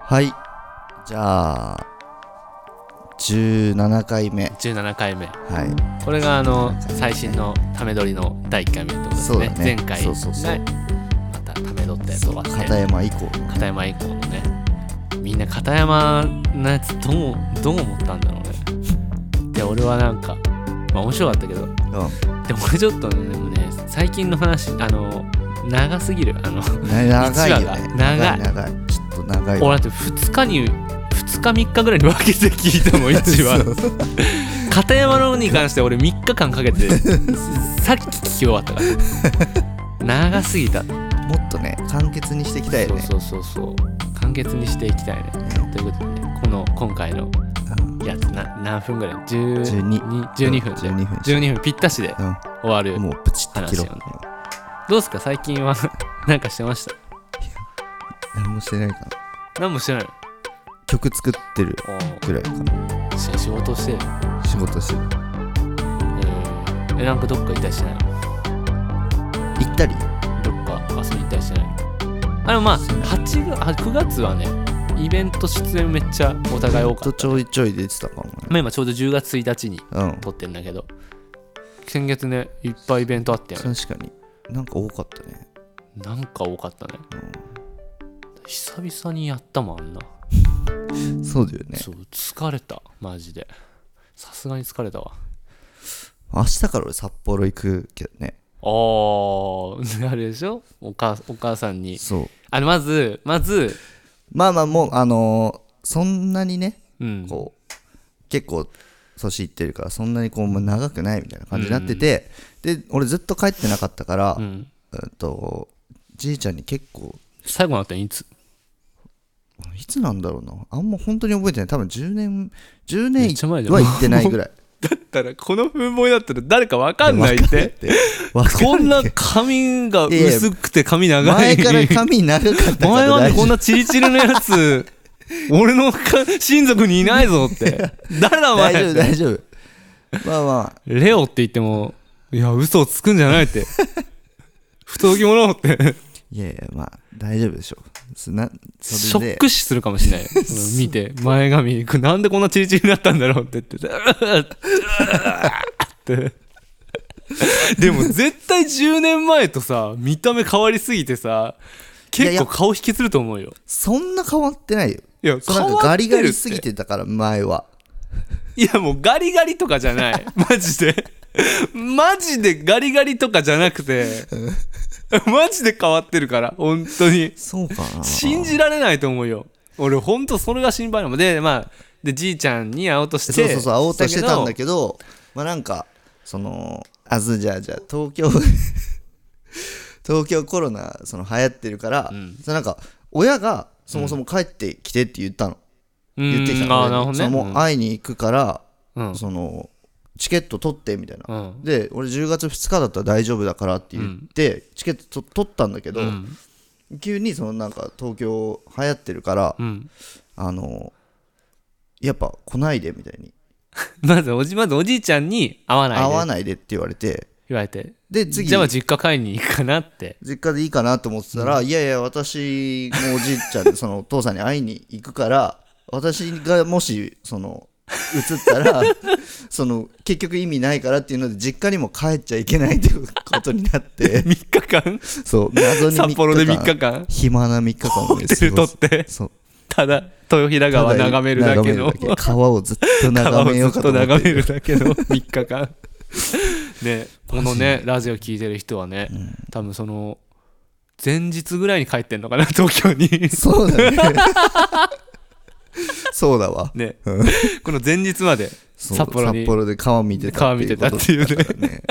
はい、じゃあ17回目。 17回目。 はい。 これが最新のため撮りの第1回目ってことですね。前回がまたため撮ったやつ終わって。 片山以降のね。みんな片山のやつどう思ったんだろうね。で、俺はなんか、まあ面白かったけど、でも俺ちょっとね、最近の話、長すぎる。 長いよね。長い。ちょっと長い。 俺だって2日3日ぐらいに分けて聞いたもん1話。片山のに関して俺3日間かけてさっき聞き終わったから長すぎた。 もっとね簡潔にしていきたいよね。 そう簡潔にしていきたいね。ということで、今回のやつ何分ぐらい12分ぴったしで終わる話をね。 もうプチッと切ろう。 どうすか最近はなんかしてました？ 何もしてないかな。 何もしてないの？ 曲作ってるぐらいかな。 仕事してる。なんかどっか行ったりしてないの？ 行ったりどっか遊びに行ったりしてないの？まあ9月はねイベント出演めっちゃお互い多かった。 ちょいちょい出てたかもね。 まあ今ちょうど10月1日に撮ってんだけど、先月ねいっぱいイベントあったよね。 確かになんか多かったね。 久々にやったもんな。 そうだよね。 そう疲れたマジで。さすがに疲れたわ。 明日から俺札幌行くけどね。 あれでしょ、お母さんに。 そうまずまあもうそんなにね、こう結構年いってるからそんなにこう長くないみたいな感じになってて、で俺ずっと帰ってなかったから、じいちゃんに結構最後に会ったのいつなんだろうな。あんま本当に覚えてない。多分10年は行ってないぐらい。 だったらこの文法だったら誰か分かんないって。こんな髪が薄くて髪長い。 前から髪長かったから。 前はこんなチリチリのやつ俺の親族にいないぞって。誰だお前。 大丈夫。まあレオって言ってもいや嘘をつくんじゃないって。不届き者って。 いやまあ大丈夫でしょ。 ショック死するかもしれない。見て前髪なんでこんなチリチリになったんだろうって言ってでも絶対10年前とさ見た目変わりすぎてさ結構顔引きすると思うよ。 そんな変わってないよ。 いや変わってるって。 なんかガリガリすぎてたから前は。 いやもうガリガリとかじゃないマジでガリガリとかじゃなくてマジで変わってるから本当に。 そうかな。 信じられないと思うよ。俺本当それが心配なので、でじいちゃんに会おうとして会おうとしてたんだけど、なんかじゃあ東京コロナ流行ってるから、なんか親がそもそも帰ってきてって言ったの。言ってきたの。 なるほどね。 もう会いに行くから、チケット取ってみたいな、で俺10月2日だったら大丈夫だからって言って、チケット取ったんだけど、急になんか東京流行ってるから、やっぱ来ないでみたいにまずおじいちゃんに会わないでって言われて、 で次じゃあ実家帰りに行くかなって、 実家でいいかなと思ってたら、いや私もおじいちゃんでお父さんに会いに行くから私がもし移ったら結局意味ないからっていうので実家にも帰っちゃいけないっていうことになって 3日間そう謎に札幌で3日間暇な3日間ホテル取って、ただ豊平川眺めるだけの川をずっと眺めようかと思って眺めるだけの3日間ね。このねラジオ聞いてる人はね、多分前日ぐらいに帰ってんのかな東京に。 そうだねそうだわねこの前日まで札幌で川見てたっていうね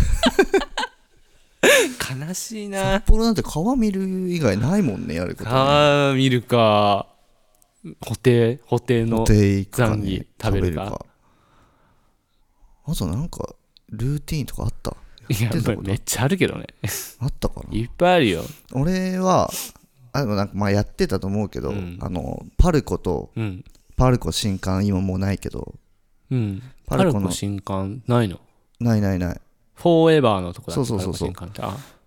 悲しいな。 札幌なんて川見る以外ないもんね、やることね。 川見るか布袋のザンギ食べるか。 あとなんかルーティーンとかあった？ いやめっちゃあるけどね。 あったかな。 いっぱいあるよ。 俺はなんかやってたと思うけど、パルコと、パルコ新刊今もうないけど、 パルコ新刊ないの？ ない。 フォーエバーのとこだった。 そう。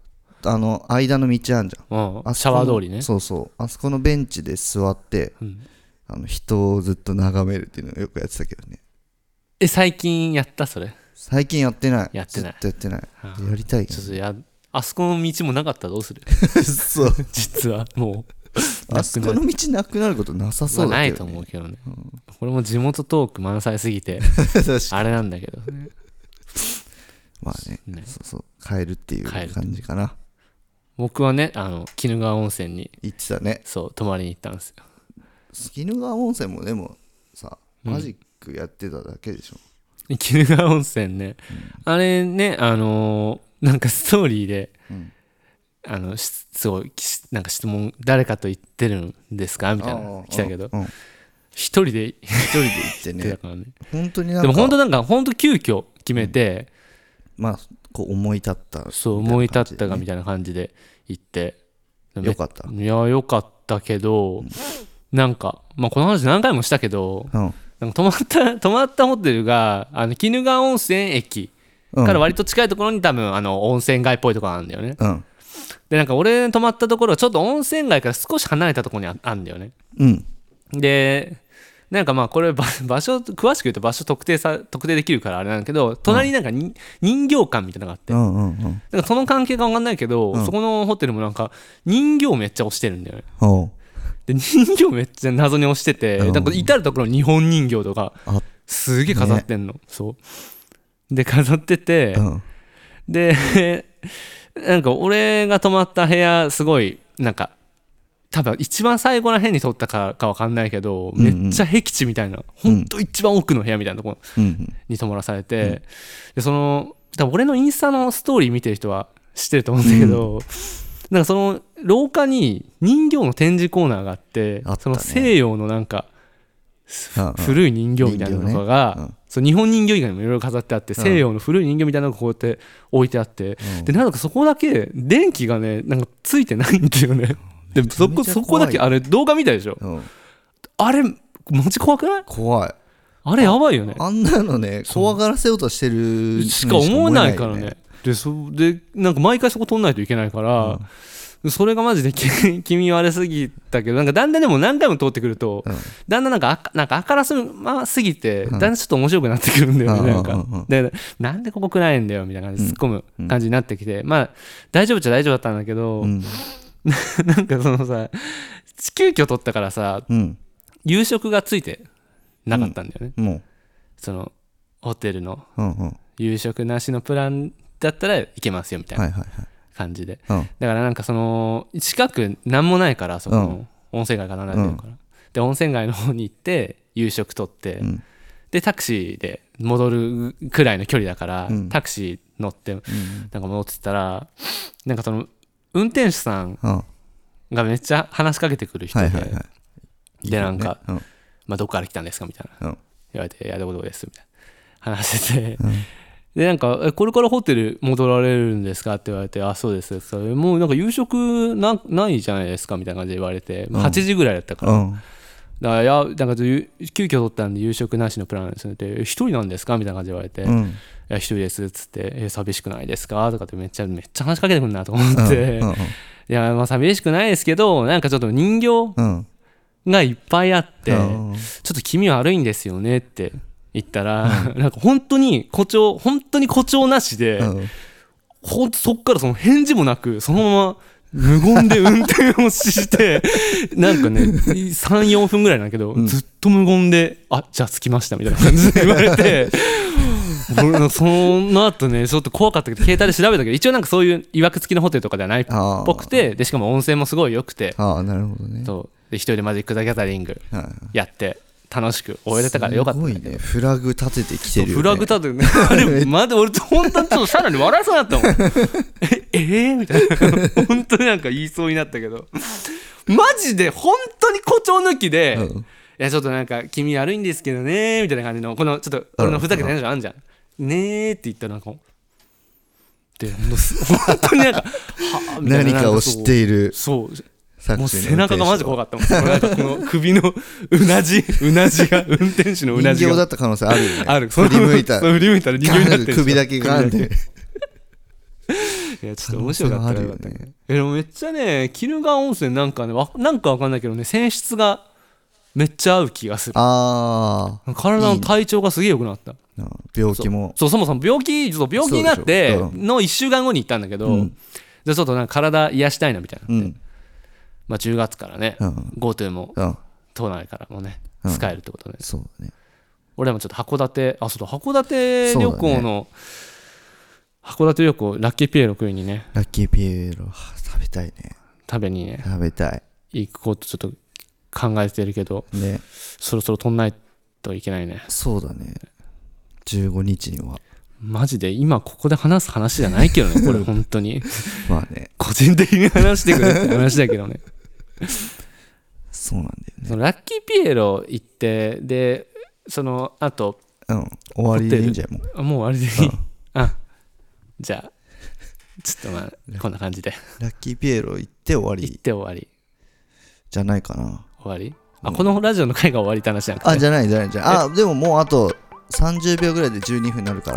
間の道あんじゃん、 うん、シャワー通りね。 そうそう、あそこのベンチで座って、うん、人をずっと眺めるっていうのをよくやってたけどね。 最近やったそれ？ 最近やってない。 やってない。 ずっとやってない。やりたいけど、 ちょっとあそこの道もなかったらどうする？ そう実はもうあそこの道なくなることなさそうだけど、ね、 ないと思うけどね、うん、これも地元トーク満載すぎてあれなんだけどね。 まあ ね、そうそう、帰るっていう感じかな。 僕はね、鬼怒川温泉に行ってたね。 そう泊まりに行ったんですよ。 鬼怒川温泉もでもさ、マジックやってただけでしょ。 鬼怒川温泉ね、うん、あれね、なんかストーリーで、うん、すごいなんか質問、誰かと言ってるんですかみたいな来たけど、うん、一人で行ってね。 本当になんか、 でも本当なんか本当急遽決めて、 うん、まあこう思い立った、ね、 そう思い立ったがみたいな感じで行って、 よかった。 いやよかったけど、うん、なんかまあこの話何回もしたけど、うん、なんか泊まったホテルが鬼怒川温泉駅から割と近いところに多分温泉街っぽいところなんだよね。うん、でなんか俺泊まったところはちょっと温泉街から少し離れたところにあるんだよね。うん、でなんかまあこれ場所詳しく言うと場所特定できるからあれなんだけど、隣になんか人形館みたいなのがあって、なんかその関係か分かんないけど、そこのホテルもなんか人形めっちゃ推してるんだよね。で人形めっちゃ謎に推してて、なんか至る所日本人形とかすげえ飾ってんの、ね、そうで飾ってて、でなんか俺が泊まった部屋すごいなんか多分一番最後ら辺に撮ったか分かんないけど、めっちゃ僻地みたいな、ほんと一番奥の部屋みたいなところに泊まらされて、で多分俺のインスタのストーリー見てる人は知ってると思うんだけど、なんかその廊下に人形の展示コーナーがあって、その西洋のなんか古い人形みたいなのが、そう日本人形以外にもいろいろ飾ってあって、西洋の古い人形みたいなのがこうやって置いてあって、でなんかそこだけ電気がねなんかついてないんだよね。でそこだけあれ動画見たでしょ、あれマジ怖くない？ 怖い。 あれやばいよね。 あんなのね怖がらせようとしてるしか思えないからね。でなんか毎回そこ通んないといけないから、それがマジで気味悪すぎたけど、なんかだんだんでも何回も通ってくると、だんだんなんかあからすぎて、だんだんちょっと面白くなってくるんだよね。なんかでなんでここ暗いんだよみたいな感じで突っ込む感じになってきて、まあ大丈夫っちゃ大丈夫だったんだけど、なんかそのさ急遽取ったからさ、夕食がついてなかったんだよね、そのホテルの夕食なしのプランだったらいけますよみたいな感じで、だからなんかその近くなんもないから、その温泉街が離れてるから、で温泉街の方に行って夕食取って、でタクシーで戻るくらいの距離だから、タクシー乗って、なんか戻ってたら、なんかその運転手さんがめっちゃ話しかけてくる人で、でなんか、まあ、どこから来たんですかみたいな、言われて、いやどこどこですみたいな話してて、でなんかこれからホテル戻られるんですかって言われて、あそうですそれもうなんか夕食ないじゃないですかみたいな感じで言われて、8時ぐらいだったから、だからいやなんか急遽取ったんで夕食なしのプランなんですねって、一人なんですかみたいな感じで言われて、いや一人ですっつって、寂しくないですかとかってめっちゃ話しかけてくるなと思って、いやまあ寂しくないですけど、なんかちょっと人形がいっぱいあって、ちょっと気味悪いんですよねって言ったら、なんか本当に誇張なしで、そっからその返事もなくそのまま無言で運転をしてなんかね 3,4 分ぐらいなんだけど、ずっと無言で、あじゃあ着きましたみたいな感じで言われてその後ねちょっと怖かったけど携帯で調べたけど、一応なんかそういう曰く付きのホテルとかではないっぽくて、でしかも温泉もすごい良くて、 なるほどね。 そうで一人でマジック・ザ・ギャザリングやって楽しく終えれたからよかったんだけど、 すごいね、フラグ立ててきてるよね。 フラグ立ててねあれまだ俺本当にちょっとさらに笑いそうになったもんみたいな本当になんか言いそうになったけど、マジで本当に誇張抜きで、いやちょっとなんか気味悪いんですけどねみたいな感じの、このちょっと俺のふざけたやつあんじゃん、ねーって言ったらなんかで本当になんかはみたいな、 何かを知っている。 そうもう背中がマジ怖かったもん。なんかこの首のうなじが運転手のうなじが人形だった可能性あるよね。 ある。 振り向いたら人形になってる首だけガンでいやちょっと面白かったよね。でもめっちゃね鬼怒川温泉なんかねなんかわかんないけどね泉質がめっちゃ合う気がする。体の体調がすげえ良くなった。 病気もそうそもそも病気になっての1週間後に行ったんだけど、じゃあちょっとなんか体癒したいなみたいなって、まあ10月からね、GoTo も都内からもね使えるってことで、 そうね。 俺もちょっと函館旅行の函館旅行ラッキーピエロ食いにね、 ラッキーピエロ食べたいね。 食べたい行くことちょっと考えてるけど、ね、そろそろ飛んないといけないね。 そうだね。15日にはマジで今ここで話す話じゃないけどねこれ本当にまあね個人的に話してくれって話だけどねそうなんだよね。 そのラッキーピエロ行ってでそのあと終わりでいいんじゃない？ もう終わりでいい、じゃあちょっとまあこんな感じでラッキーピエロ行って終わりじゃないかな。 終わり、このラジオの回が終わりって話じゃなくて、 じゃないでももうあと30秒ぐらいで12分になるから。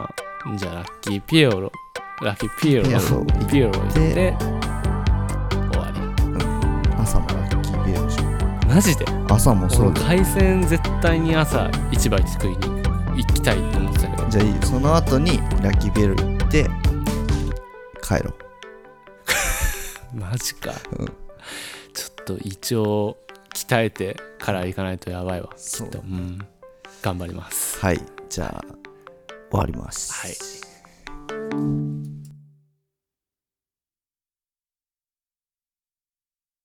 じゃあラッキーピエロ行って終わり。 朝もラッキーピエロでしょ。 マジで朝もそうだよ。 海鮮絶対に朝市場食いに行きたいと思ってたけど、 じゃあいいよ。その後にラッキーピエロ行って帰ろうマジか、ちょっと胃腸鍛えてから行かないとやばいわ。きっと頑張ります。 はい、じゃあ終わります。 はい。